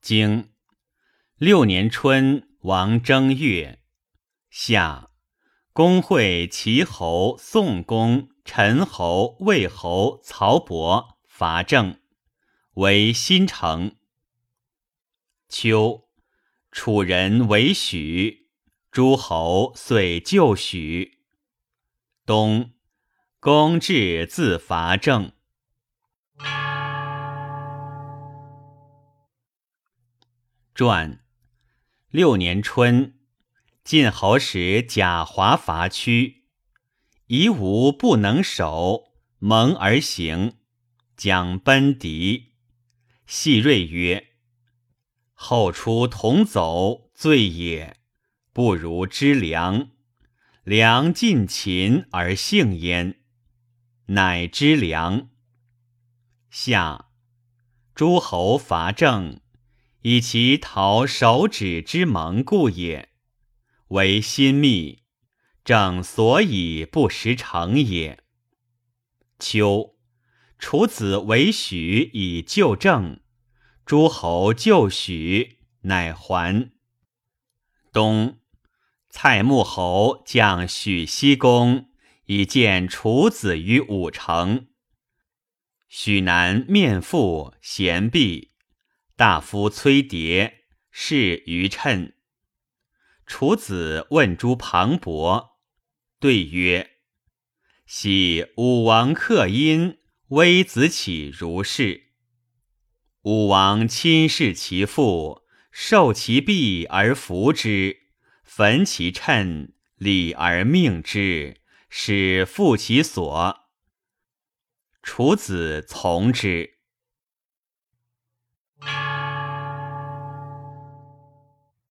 经6年春，王正月，夏，公会齐侯、宋公、陈侯、魏侯、曹伯伐郑，为新城。秋，楚人为许，诸侯遂就许。冬，公至自伐郑。传6年春，晋侯使贾华伐曲，夷吾不能守，蒙而行，将奔敌。细锐曰：后出同走，罪也，不如知良。良尽秦而幸焉，乃知良。夏，诸侯伐郑，以其讨手指之盟故也，为心密，郑所以不食成也。秋，楚子为许以救郑，诸侯救许，乃还。冬，蔡穆侯将许西公，以见楚子于武城。许南面父贤毕，大夫崔牒，是于谶。楚子问诸庞博，对曰：昔武王克殷，微子启如是。武王亲视其父，受其臂而服之，焚其谶，礼而命之，使复其所。楚子从之。